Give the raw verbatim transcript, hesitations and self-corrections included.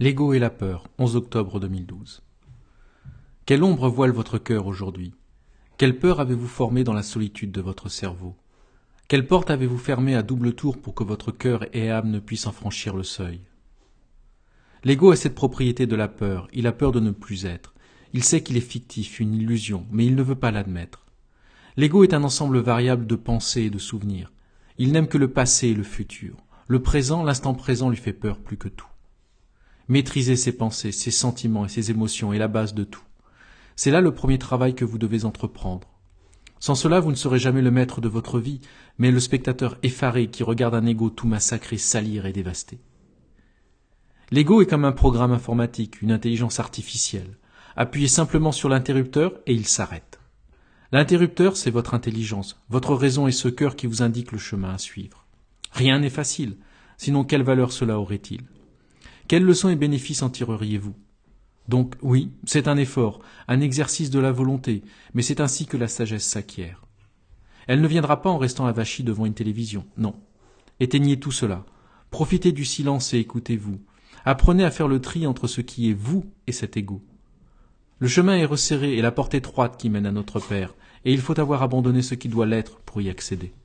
L'ego et la peur, onze octobre deux mille douze. Quelle ombre voile votre cœur aujourd'hui? Quelle peur avez-vous formée dans la solitude de votre cerveau? Quelle porte avez-vous fermée à double tour pour que votre cœur et âme ne puissent en franchir le seuil? L'ego a cette propriété de la peur, il a peur de ne plus être. Il sait qu'il est fictif, une illusion, mais il ne veut pas l'admettre. L'ego est un ensemble variable de pensées et de souvenirs. Il n'aime que le passé et le futur. Le présent, l'instant présent lui fait peur plus que tout. Maîtriser ses pensées, ses sentiments et ses émotions est la base de tout. C'est là le premier travail que vous devez entreprendre. Sans cela, vous ne serez jamais le maître de votre vie, mais le spectateur effaré qui regarde un ego tout massacré, salir et dévasté. L'ego est comme un programme informatique, une intelligence artificielle. Appuyez simplement sur l'interrupteur et il s'arrête. L'interrupteur, c'est votre intelligence, votre raison et ce cœur qui vous indique le chemin à suivre. Rien n'est facile, sinon quelle valeur cela aurait-il? Quelles leçons et bénéfices en tireriez-vous? Donc oui, c'est un effort, un exercice de la volonté, mais c'est ainsi que la sagesse s'acquiert. Elle ne viendra pas en restant avachie devant une télévision, non. Éteignez tout cela, profitez du silence et écoutez-vous. Apprenez à faire le tri entre ce qui est vous et cet ego. Le chemin est resserré et la porte étroite qui mène à notre Père, et il faut avoir abandonné ce qui doit l'être pour y accéder.